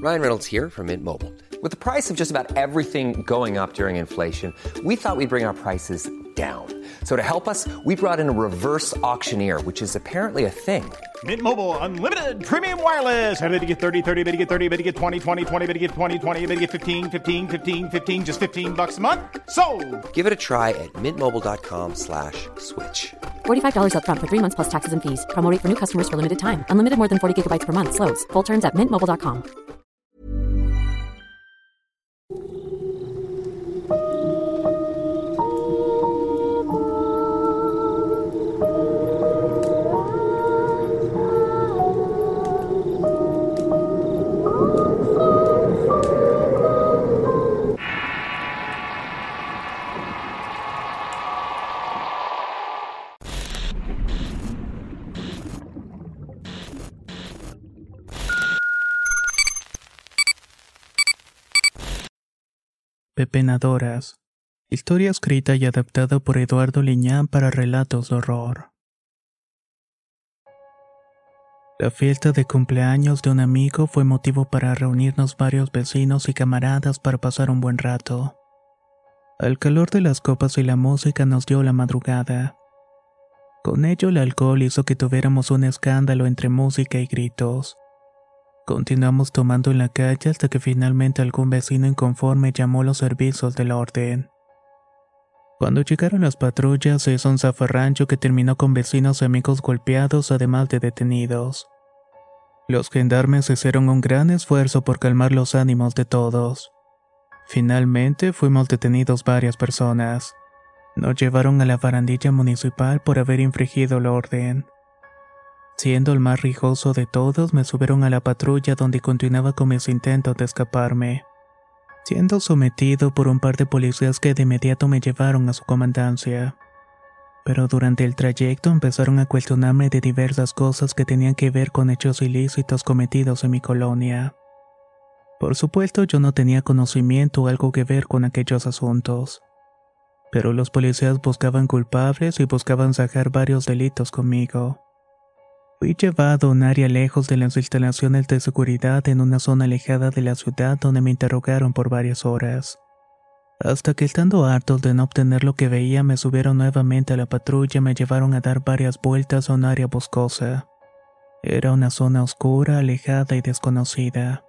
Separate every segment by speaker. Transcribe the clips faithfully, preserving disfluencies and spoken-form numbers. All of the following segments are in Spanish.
Speaker 1: Ryan Reynolds here from Mint Mobile. With the price of just about everything going up during inflation, we thought we'd bring our prices down. So to help us, we brought in a reverse auctioneer, which is apparently a thing.
Speaker 2: Mint Mobile Unlimited Premium Wireless. How to get thirty, thirty, how to get thirty, how to get twenty, twenty, twenty, how to get twenty, twenty, how to get fifteen, fifteen, fifteen, fifteen, just fifteen bucks a month? Sold!
Speaker 1: Give it a try at mintmobile.com slash switch.
Speaker 3: forty-five dollars up front for three months plus taxes and fees. Promo rate for new customers for limited time. Unlimited more than forty gigabytes per month. Slows full terms at mint mobile dot com.
Speaker 4: Pepenadoras. Historia escrita y adaptada por Eduardo Liñán para relatos de horror. La fiesta de cumpleaños de un amigo fue motivo para reunirnos varios vecinos y camaradas para pasar un buen rato. El calor de las copas y la música nos dio la madrugada. Con ello el alcohol hizo que tuviéramos un escándalo entre música y gritos. Continuamos tomando en la calle hasta que finalmente algún vecino inconforme llamó a los servicios del orden. Cuando llegaron las patrullas se hizo un zafarrancho que terminó con vecinos y amigos golpeados además de detenidos. Los gendarmes hicieron un gran esfuerzo por calmar los ánimos de todos. Finalmente fuimos detenidos varias personas. Nos llevaron a la barandilla municipal por haber infringido el orden. Siendo el más rijoso de todos, me subieron a la patrulla donde continuaba con mis intentos de escaparme, siendo sometido por un par de policías que de inmediato me llevaron a su comandancia. Pero durante el trayecto empezaron a cuestionarme de diversas cosas que tenían que ver con hechos ilícitos cometidos en mi colonia. Por supuesto, yo no tenía conocimiento o algo que ver con aquellos asuntos, pero los policías buscaban culpables y buscaban sacar varios delitos conmigo. Fui llevado a un área lejos de las instalaciones de seguridad en una zona alejada de la ciudad donde me interrogaron por varias horas. Hasta que estando hartos de no obtener lo que veía me subieron nuevamente a la patrulla y me llevaron a dar varias vueltas a un área boscosa. Era una zona oscura, alejada y desconocida.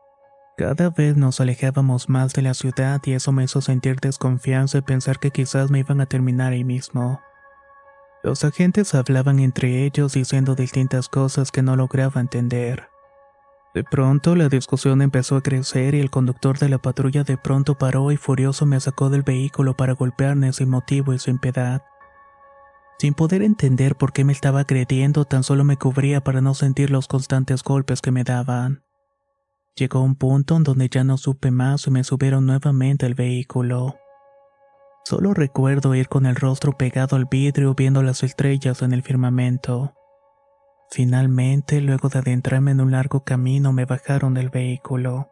Speaker 4: Cada vez nos alejábamos más de la ciudad y eso me hizo sentir desconfianza y pensar que quizás me iban a terminar ahí mismo. Los agentes hablaban entre ellos diciendo distintas cosas que no lograba entender. De pronto la discusión empezó a crecer y el conductor de la patrulla de pronto paró y furioso me sacó del vehículo para golpearme sin motivo y sin piedad. Sin poder entender por qué me estaba agrediendo, tan solo me cubría para no sentir los constantes golpes que me daban. Llegó un punto en donde ya no supe más y me subieron nuevamente al vehículo. Solo recuerdo ir con el rostro pegado al vidrio viendo las estrellas en el firmamento. Finalmente, luego de adentrarme en un largo camino, me bajaron del vehículo.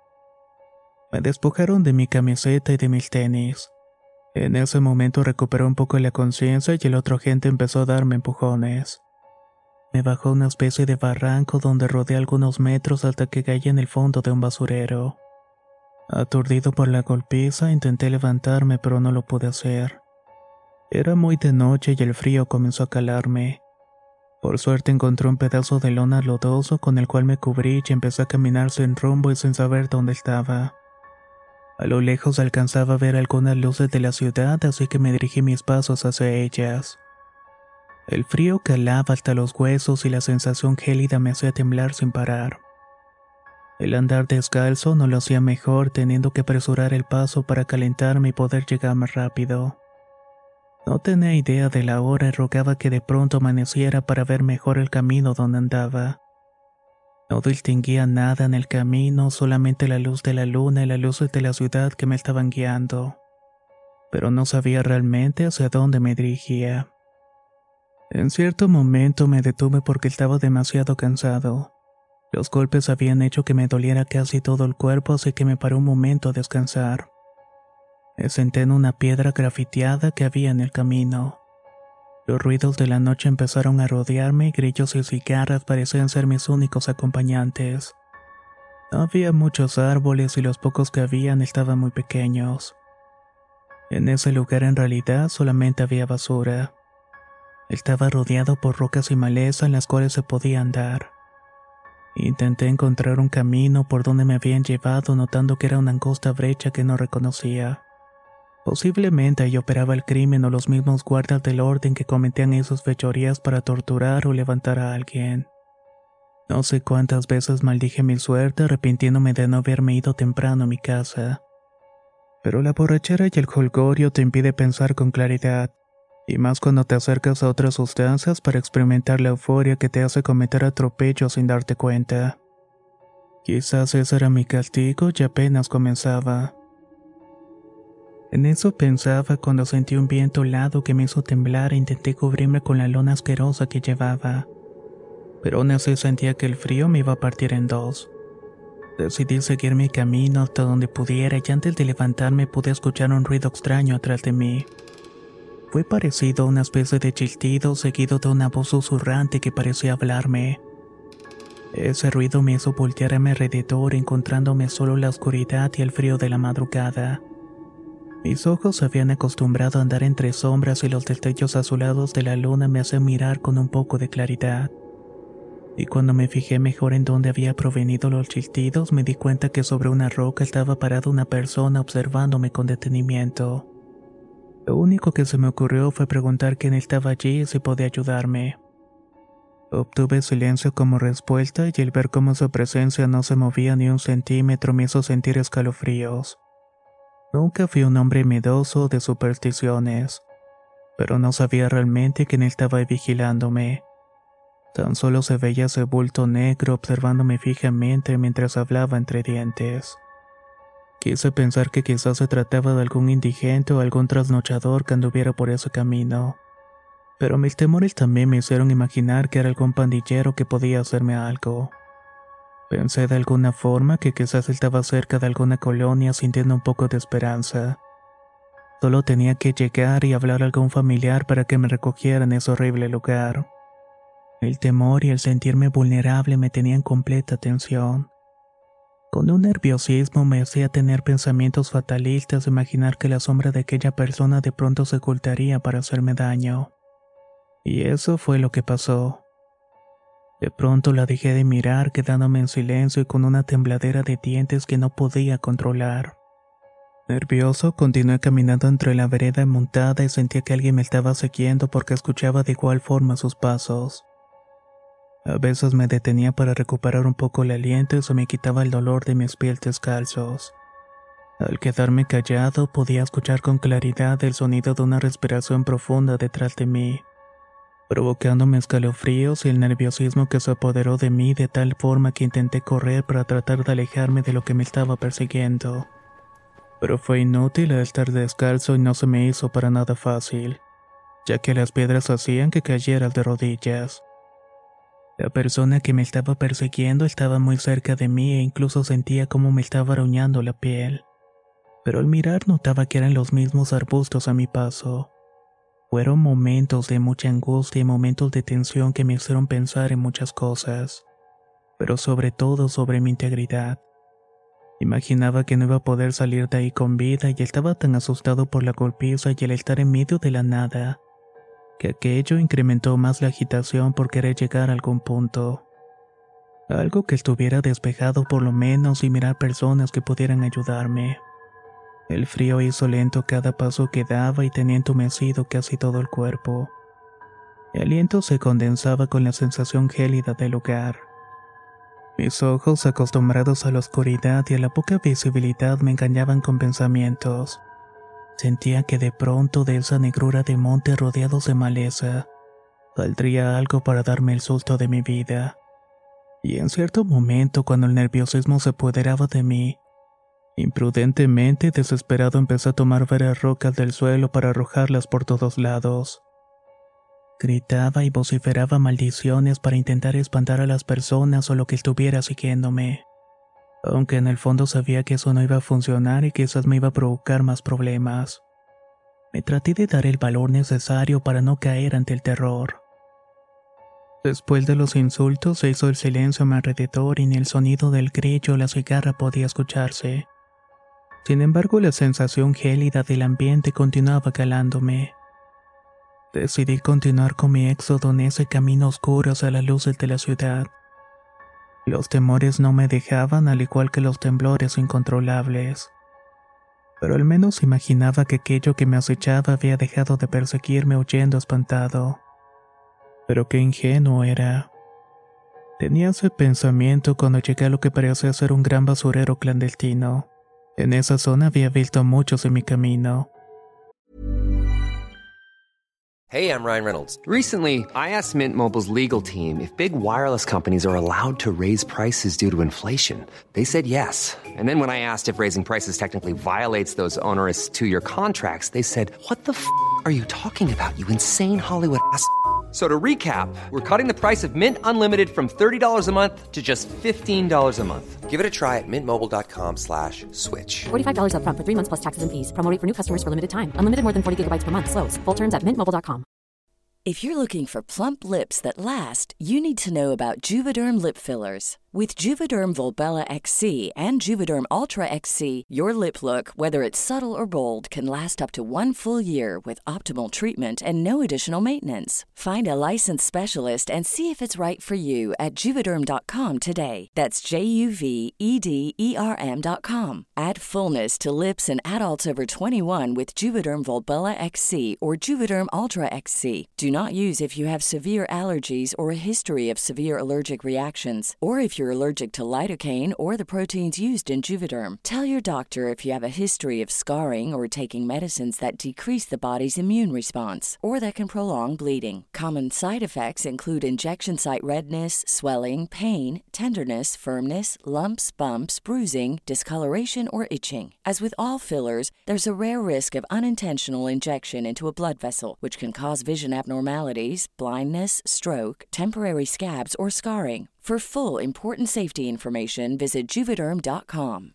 Speaker 4: Me despojaron de mi camiseta y de mis tenis. En ese momento recuperé un poco la conciencia y el otro agente empezó a darme empujones. Me bajó a una especie de barranco donde rodé algunos metros hasta que caí en el fondo de un basurero. Aturdido por la golpiza, intenté levantarme pero no lo pude hacer. Era muy de noche y el frío comenzó a calarme. Por suerte encontré un pedazo de lona lodoso con el cual me cubrí y empecé a caminar sin rumbo y sin saber dónde estaba. A lo lejos alcanzaba a ver algunas luces de la ciudad, así que me dirigí mis pasos hacia ellas. El frío calaba hasta los huesos y la sensación gélida me hacía temblar sin parar. El andar descalzo no lo hacía mejor, teniendo que apresurar el paso para calentarme y poder llegar más rápido. No tenía idea de la hora y rogaba que de pronto amaneciera para ver mejor el camino donde andaba. No distinguía nada en el camino, solamente la luz de la luna y las luces de la ciudad que me estaban guiando. Pero no sabía realmente hacia dónde me dirigía. En cierto momento me detuve porque estaba demasiado cansado. Los golpes habían hecho que me doliera casi todo el cuerpo, así que me paré un momento a descansar. Me senté en una piedra grafiteada que había en el camino. Los ruidos de la noche empezaron a rodearme y grillos y cigarras parecían ser mis únicos acompañantes. No había muchos árboles y los pocos que habían estaban muy pequeños. En ese lugar en realidad solamente había basura. Estaba rodeado por rocas y maleza en las cuales se podía andar. Intenté encontrar un camino por donde me habían llevado, notando que era una angosta brecha que no reconocía. Posiblemente ahí operaba el crimen o los mismos guardias del orden que cometían esas fechorías para torturar o levantar a alguien. No sé cuántas veces maldije mi suerte arrepintiéndome de no haberme ido temprano a mi casa. Pero la borrachera y el jolgorio te impide pensar con claridad, y más cuando te acercas a otras sustancias para experimentar la euforia que te hace cometer atropellos sin darte cuenta. Quizás ese era mi castigo y apenas comenzaba. En eso pensaba cuando sentí un viento helado que me hizo temblar e intenté cubrirme con la lona asquerosa que llevaba. Pero aún así sentía que el frío me iba a partir en dos. Decidí seguir mi camino hasta donde pudiera y antes de levantarme pude escuchar un ruido extraño atrás de mí. Fue parecido a una especie de chillido seguido de una voz susurrante que parecía hablarme. Ese ruido me hizo voltear a mi alrededor encontrándome solo la oscuridad y el frío de la madrugada. Mis ojos se habían acostumbrado a andar entre sombras y los destellos azulados de la luna me hacían mirar con un poco de claridad. Y cuando me fijé mejor en dónde había provenido los chillidos, me di cuenta que sobre una roca estaba parada una persona observándome con detenimiento. Lo único que se me ocurrió fue preguntar quién estaba allí y si podía ayudarme. Obtuve silencio como respuesta y el ver cómo su presencia no se movía ni un centímetro me hizo sentir escalofríos. Nunca fui un hombre miedoso de supersticiones, pero no sabía realmente quién estaba ahí vigilándome. Tan solo se veía ese bulto negro observándome fijamente mientras hablaba entre dientes. Quise pensar que quizás se trataba de algún indigente o algún trasnochador que anduviera por ese camino. Pero mis temores también me hicieron imaginar que era algún pandillero que podía hacerme algo. Pensé de alguna forma que quizás estaba cerca de alguna colonia sintiendo un poco de esperanza. Solo tenía que llegar y hablar a algún familiar para que me recogiera en ese horrible lugar. El temor y el sentirme vulnerable me tenían completa tensión. Con un nerviosismo me hacía tener pensamientos fatalistas de imaginar que la sombra de aquella persona de pronto se ocultaría para hacerme daño. Y eso fue lo que pasó. De pronto la dejé de mirar, quedándome en silencio y con una tembladera de dientes que no podía controlar. Nervioso, continué caminando entre la vereda montada y sentía que alguien me estaba siguiendo porque escuchaba de igual forma sus pasos. A veces me detenía para recuperar un poco el aliento y se me quitaba el dolor de mis pies descalzos. Al quedarme callado, podía escuchar con claridad el sonido de una respiración profunda detrás de mí, provocándome escalofríos y el nerviosismo que se apoderó de mí de tal forma que intenté correr para tratar de alejarme de lo que me estaba persiguiendo. Pero fue inútil al estar descalzo y no se me hizo para nada fácil, ya que las piedras hacían que cayera de rodillas. La persona que me estaba persiguiendo estaba muy cerca de mí e incluso sentía cómo me estaba arañando la piel. Pero al mirar notaba que eran los mismos arbustos a mi paso. Fueron momentos de mucha angustia y momentos de tensión que me hicieron pensar en muchas cosas, pero sobre todo sobre mi integridad. Imaginaba que no iba a poder salir de ahí con vida y estaba tan asustado por la golpiza y el estar en medio de la nada, que aquello incrementó más la agitación por querer llegar a algún punto. Algo que estuviera despejado por lo menos y mirar personas que pudieran ayudarme. El frío hizo lento cada paso que daba y tenía entumecido casi todo el cuerpo. El aliento se condensaba con la sensación gélida del lugar. Mis ojos, acostumbrados a la oscuridad y a la poca visibilidad, me engañaban con pensamientos. Sentía que de pronto de esa negrura de montes rodeados de maleza, saldría algo para darme el susto de mi vida. Y en cierto momento, cuando el nerviosismo se apoderaba de mí, imprudentemente, desesperado, empecé a tomar varias rocas del suelo para arrojarlas por todos lados. Gritaba y vociferaba maldiciones para intentar espantar a las personas o lo que estuviera siguiéndome, aunque en el fondo sabía que eso no iba a funcionar y quizás me iba a provocar más problemas. Me traté de dar el valor necesario para no caer ante el terror. Después de los insultos se hizo el silencio a mi alrededor y ni el sonido del grillo o la cigarra podía escucharse. Sin embargo, la sensación gélida del ambiente continuaba calándome. Decidí continuar con mi éxodo en ese camino oscuro hacia las luces de la ciudad. Los temores no me dejaban, al igual que los temblores incontrolables. Pero al menos imaginaba que aquello que me acechaba había dejado de perseguirme huyendo espantado. Pero qué ingenuo era. Tenía ese pensamiento cuando llegué a lo que parecía ser un gran basurero clandestino. En esa zona había visto a muchos en mi camino.
Speaker 1: Hey, I'm Ryan Reynolds. Recently, I asked Mint Mobile's legal team if big wireless companies are allowed to raise prices due to inflation. They said yes. And then when I asked if raising prices technically violates those onerous two-year contracts, they said, "What the f*** are you talking about, you insane Hollywood ass?" So to recap, we're cutting the price of Mint Unlimited from thirty dollars a month to just fifteen dollars a month. Give it a try at mintmobile.com slash switch.
Speaker 3: forty-five dollars up front for three months plus taxes and fees. Promo rate for new customers for limited time. Unlimited more than forty gigabytes per month. Slows full terms at mint mobile dot com.
Speaker 5: If you're looking for plump lips that last, you need to know about Juvederm lip fillers. With Juvederm Volbella X C and Juvederm Ultra X C, your lip look, whether it's subtle or bold, can last up to one full year with optimal treatment and no additional maintenance. Find a licensed specialist and see if it's right for you at Juvederm dot com today. That's J U V E D E R M dot com. Add fullness to lips in adults over twenty-one with Juvederm Volbella X C or Juvederm Ultra X C. Do not use if you have severe allergies or a history of severe allergic reactions, or if you're allergic to lidocaine or the proteins used in Juvederm. Tell your doctor if you have a history of scarring or taking medicines that decrease the body's immune response or that can prolong bleeding. Common side effects include injection site redness, swelling, pain, tenderness, firmness, lumps, bumps, bruising, discoloration, or itching. As with all fillers, there's a rare risk of unintentional injection into a blood vessel, which can cause vision abnormalities, blindness, stroke, temporary scabs, or scarring. For full, important safety information, visit Juvederm dot com.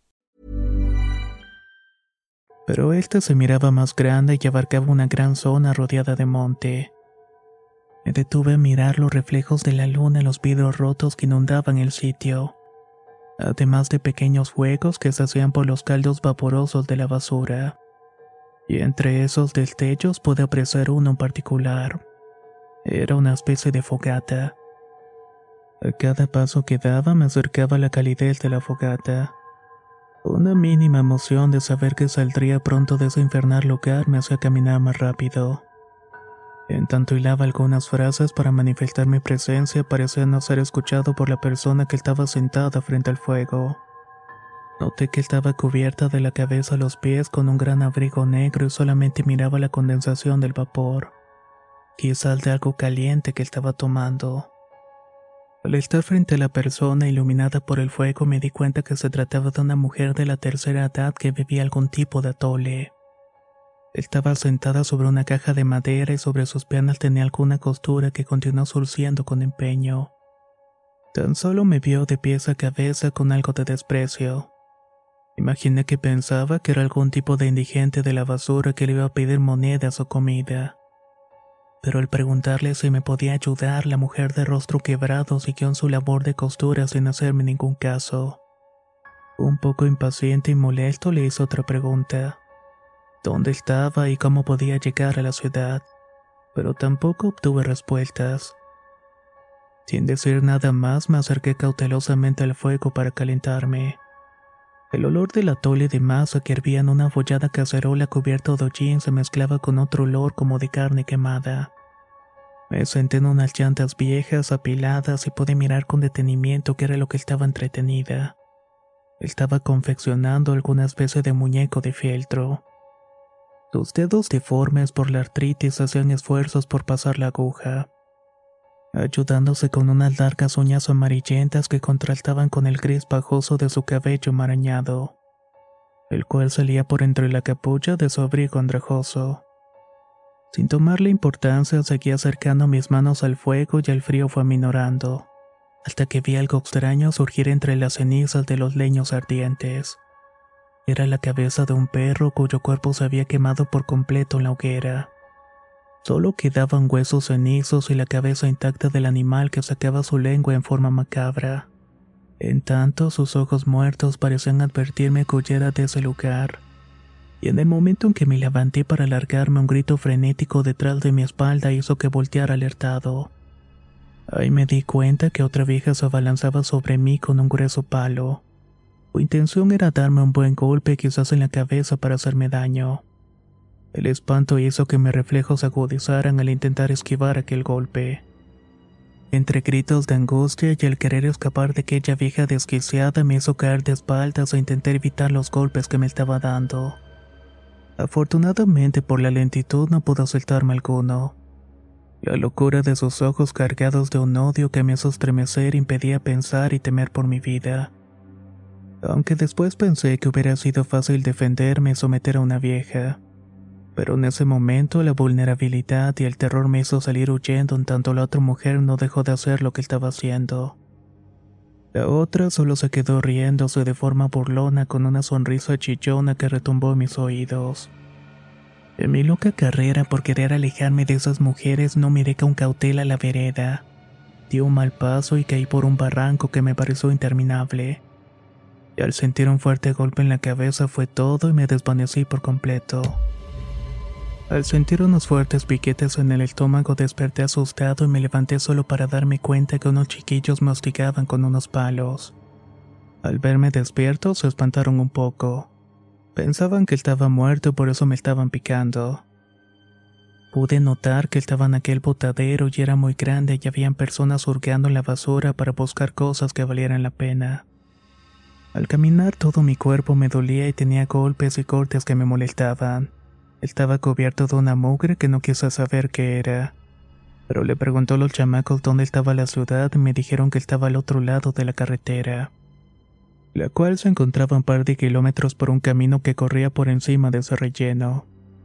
Speaker 4: Pero esta se miraba más grande y abarcaba una gran zona rodeada de monte. Me detuve a mirar los reflejos de la luna en los vidrios rotos que inundaban el sitio, además de pequeños fuegos que se hacían por los caldos vaporosos de la basura. Y entre esos destellos pude apreciar uno en particular. Era una especie de fogata. A cada paso que daba me acercaba a la calidez de la fogata. Una mínima emoción de saber que saldría pronto de ese infernal lugar me hacía caminar más rápido. En tanto hilaba algunas frases para manifestar mi presencia, parecía no ser escuchado por la persona que estaba sentada frente al fuego. Noté que estaba cubierta de la cabeza a los pies con un gran abrigo negro y solamente miraba la condensación del vapor, quizás de algo caliente que estaba tomando. Al estar frente a la persona iluminada por el fuego me di cuenta que se trataba de una mujer de la tercera edad que bebía algún tipo de atole. Estaba sentada sobre una caja de madera y sobre sus piernas tenía alguna costura que continuó surciendo con empeño. Tan solo me vio de pies a cabeza con algo de desprecio. Imaginé que pensaba que era algún tipo de indigente de la basura que le iba a pedir monedas o comida. Pero al preguntarle si me podía ayudar, la mujer de rostro quebrado siguió en su labor de costura sin hacerme ningún caso. Un poco impaciente y molesto le hice otra pregunta. ¿Dónde estaba y cómo podía llegar a la ciudad? Pero tampoco obtuve respuestas. Sin decir nada más, me acerqué cautelosamente al fuego para calentarme. El olor del atole de masa que hervía en una abollada cacerola cubierta de hollín se mezclaba con otro olor como de carne quemada. Me senté en unas llantas viejas, apiladas, y pude mirar con detenimiento qué era lo que estaba entretenida. Estaba confeccionando alguna especie de muñeco de fieltro. Sus dedos deformes por la artritis hacían esfuerzos por pasar la aguja, ayudándose con unas largas uñas amarillentas que contrastaban con el gris pajoso de su cabello enmarañado, el cual salía por entre la capucha de su abrigo andrajoso. Sin tomarle importancia, seguí acercando mis manos al fuego y el frío fue aminorando, hasta que vi algo extraño surgir entre las cenizas de los leños ardientes. Era la cabeza de un perro cuyo cuerpo se había quemado por completo en la hoguera. Solo quedaban huesos cenizos y la cabeza intacta del animal que sacaba su lengua en forma macabra. En tanto, sus ojos muertos parecían advertirme que huyera de ese lugar. Y en el momento en que me levanté para largarme, un grito frenético detrás de mi espalda hizo que volteara alertado. Ahí me di cuenta que otra vieja se abalanzaba sobre mí con un grueso palo. Su intención era darme un buen golpe, quizás en la cabeza, para hacerme daño. El espanto hizo que mis reflejos se agudizaran al intentar esquivar aquel golpe. Entre gritos de angustia y el querer escapar de aquella vieja desquiciada me hizo caer de espaldas e intentar evitar los golpes que me estaba dando. Afortunadamente, por la lentitud no pudo soltarme alguno. La locura de sus ojos cargados de un odio que me hizo estremecer impedía pensar y temer por mi vida. Aunque después pensé que hubiera sido fácil defenderme y someter a una vieja. Pero en ese momento la vulnerabilidad y el terror me hizo salir huyendo en tanto la otra mujer no dejó de hacer lo que estaba haciendo. La otra solo se quedó riéndose de forma burlona con una sonrisa chillona que retumbó en mis oídos. En mi loca carrera por querer alejarme de esas mujeres no miré con cautela la vereda. Di un mal paso y caí por un barranco que me pareció interminable. Y al sentir un fuerte golpe en la cabeza fue todo y me desvanecí por completo. Al sentir unos fuertes piquetes en el estómago desperté asustado y me levanté solo para darme cuenta que unos chiquillos me hostigaban con unos palos. Al verme despierto se espantaron un poco. Pensaban que estaba muerto y por eso me estaban picando. Pude notar que estaba en aquel botadero y era muy grande y habían personas hurgando en la basura para buscar cosas que valieran la pena. Al caminar todo mi cuerpo me dolía y tenía golpes y cortes que me molestaban. Estaba cubierto de una mugre que no quise saber qué era. Pero le preguntó a los chamacos dónde estaba la ciudad y me dijeron que estaba al otro lado de la carretera, la cual se encontraba un par de kilómetros por un camino que corría por encima de ese relleno.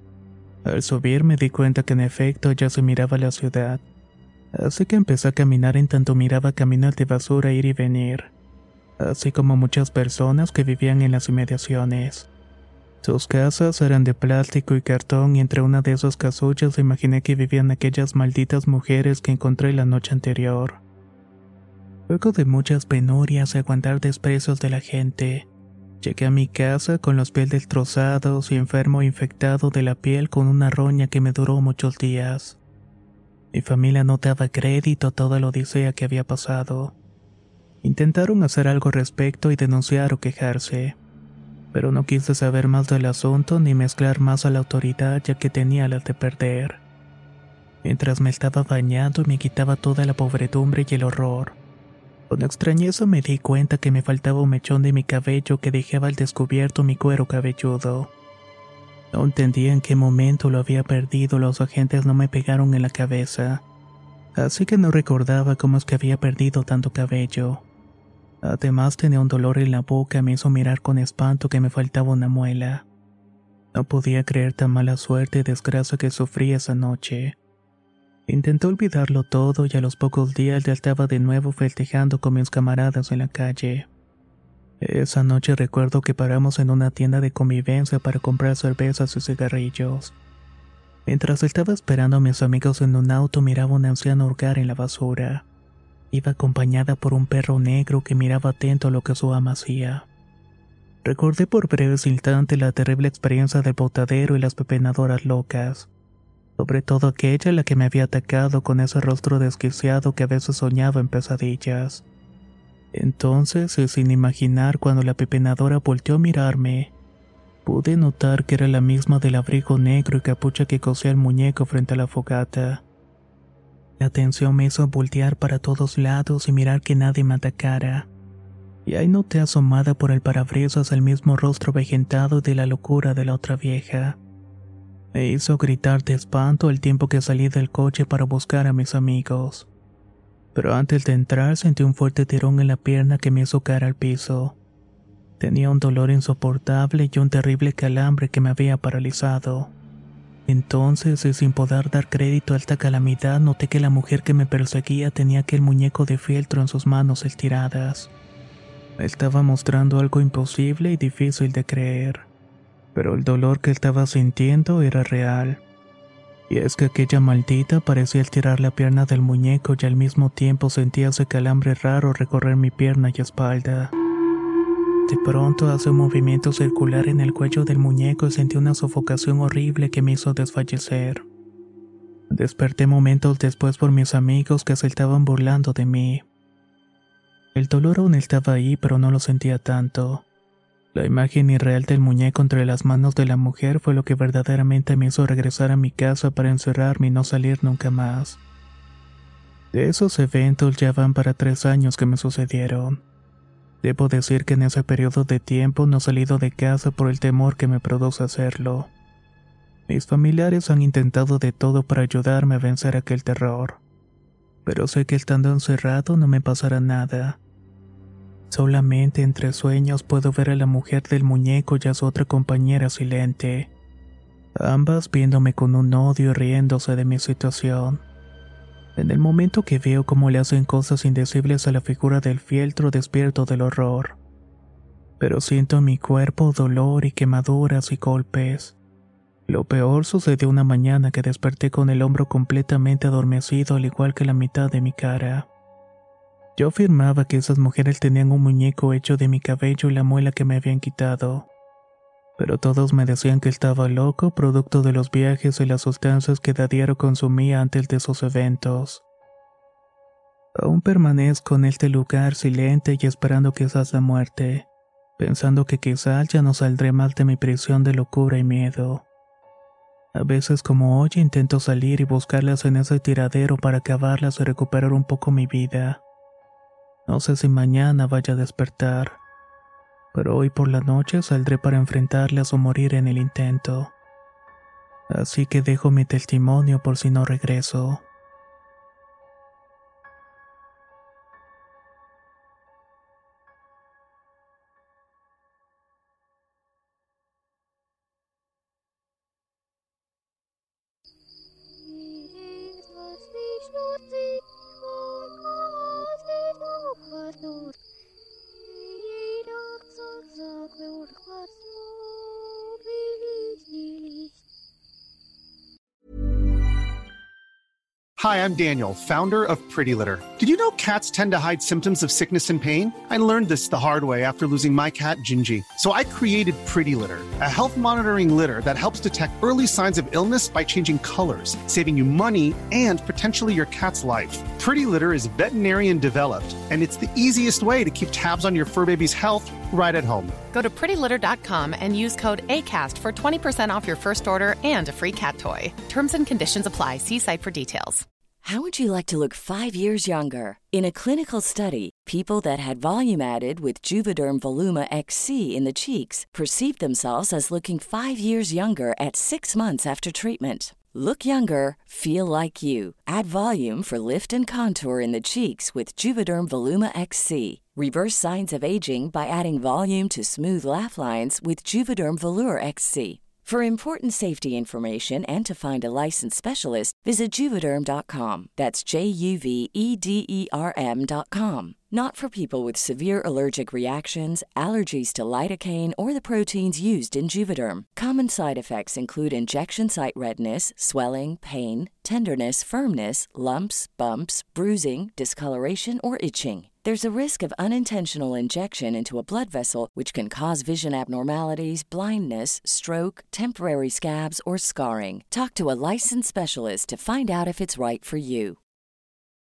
Speaker 4: Al subir me di cuenta que en efecto ya se miraba la ciudad, así que empecé a caminar en tanto miraba caminos de basura ir y venir, así como muchas personas que vivían en las inmediaciones. Sus casas eran de plástico y cartón y entre una de esas casullas imaginé que vivían aquellas malditas mujeres que encontré la noche anterior. Luego de muchas penurias y aguantar desprecios de la gente, llegué a mi casa con los pies destrozados y enfermo e infectado de la piel con una roña que me duró muchos días. Mi familia no daba crédito a toda la odisea que había pasado. Intentaron hacer algo al respecto y denunciar o quejarse, pero no quise saber más del asunto ni mezclar más a la autoridad ya que tenía las de perder. Mientras me estaba bañando y me quitaba toda la pobredumbre y el horror, con extrañeza me di cuenta que me faltaba un mechón de mi cabello que dejaba al descubierto mi cuero cabelludo. No entendía en qué momento lo había perdido, los agentes no me pegaron en la cabeza, así que no recordaba cómo es que había perdido tanto cabello. Además tenía un dolor en la boca, me hizo mirar con espanto que me faltaba una muela. No podía creer tan mala suerte y desgracia que sufrí esa noche. Intenté olvidarlo todo y a los pocos días ya estaba de nuevo festejando con mis camaradas en la calle. Esa noche recuerdo que paramos en una tienda de convivencia para comprar cervezas y cigarrillos. Mientras estaba esperando a mis amigos en un auto miraba a una anciana hurgar en la basura. Iba acompañada por un perro negro que miraba atento a lo que su ama hacía. Recordé por breves instantes la terrible experiencia del botadero y las pepenadoras locas. Sobre todo aquella la que me había atacado con ese rostro desquiciado que a veces soñaba en pesadillas. Entonces, y sin imaginar, cuando la pepenadora volteó a mirarme, pude notar que era la misma del abrigo negro y capucha que cosía el muñeco frente a la fogata. La tensión me hizo voltear para todos lados y mirar que nadie me atacara. Y ahí noté asomada por el parabrisas el mismo rostro avejentado de la locura de la otra vieja. Me hizo gritar de espanto el tiempo que salí del coche para buscar a mis amigos. Pero antes de entrar sentí un fuerte tirón en la pierna que me hizo caer al piso. Tenía un dolor insoportable y un terrible calambre que me había paralizado. Entonces, y sin poder dar crédito a esta calamidad, noté que la mujer que me perseguía tenía aquel muñeco de fieltro en sus manos estiradas. Me estaba mostrando algo imposible y difícil de creer, pero el dolor que estaba sintiendo era real. Y es que aquella maldita parecía estirar la pierna del muñeco y al mismo tiempo sentía ese calambre raro recorrer mi pierna y espalda. De pronto hace un movimiento circular en el cuello del muñeco y sentí una sofocación horrible que me hizo desfallecer. Desperté momentos después por mis amigos que se estaban burlando de mí. El dolor aún estaba ahí, pero no lo sentía tanto. La imagen irreal del muñeco entre las manos de la mujer fue lo que verdaderamente me hizo regresar a mi casa para encerrarme y no salir nunca más. De esos eventos ya van para tres años que me sucedieron. Debo decir que en ese periodo de tiempo no he salido de casa por el temor que me produce hacerlo. Mis familiares han intentado de todo para ayudarme a vencer aquel terror, pero sé que estando encerrado no me pasará nada. Solamente entre sueños puedo ver a la mujer del muñeco y a su otra compañera silente, ambas viéndome con un odio y riéndose de mi situación. En el momento que veo cómo le hacen cosas indecibles a la figura del fieltro, despierto del horror. Pero siento en mi cuerpo dolor y quemaduras y golpes. Lo peor sucedió una mañana que desperté con el hombro completamente adormecido, al igual que la mitad de mi cara. Yo afirmaba que esas mujeres tenían un muñeco hecho de mi cabello y la muela que me habían quitado, pero todos me decían que estaba loco, producto de los viajes y las sustancias que de a diario consumía antes de esos eventos. Aún permanezco en este lugar silente y esperando quizás la muerte, pensando que quizás ya no saldré más de mi prisión de locura y miedo. A veces como hoy intento salir y buscarlas en ese tiradero para acabarlas y recuperar un poco mi vida. No sé si mañana vaya a despertar, pero hoy por la noche saldré para enfrentarlas o morir en el intento. Así que dejo mi testimonio por si no regreso.
Speaker 6: Hi, I'm Daniel, founder of Pretty Litter. Did you know cats tend to hide symptoms of sickness and pain? I learned this the hard way after losing my cat, Gingy. So I created Pretty Litter, a health monitoring litter that helps detect early signs of illness by changing colors, saving you money and potentially your cat's life. Pretty Litter is veterinarian developed, and it's the easiest way to keep tabs on your fur baby's health right at home.
Speaker 7: Go to pretty litter dot com and use code ACAST for twenty percent off your first order and a free cat toy. Terms and conditions apply. See site for details.
Speaker 5: How would you like to look five years younger? In a clinical study, people that had volume added with Juvederm Voluma X C in the cheeks perceived themselves as looking five years younger at six months after treatment. Look younger, feel like you. Add volume for lift and contour in the cheeks with Juvederm Voluma X C. Reverse signs of aging by adding volume to smooth laugh lines with Juvederm Volure X C. For important safety information and to find a licensed specialist, visit Juvederm dot com. That's J U V E D E R M dot com. Not for people with severe allergic reactions, allergies to lidocaine, or the proteins used in Juvederm. Common side effects include injection site redness, swelling, pain, tenderness, firmness, lumps, bumps, bruising, discoloration, or itching. There's a risk of unintentional injection into a blood vessel, which can cause vision abnormalities, blindness, stroke, temporary scabs, or scarring. Talk to a licensed specialist to find out if it's right for you.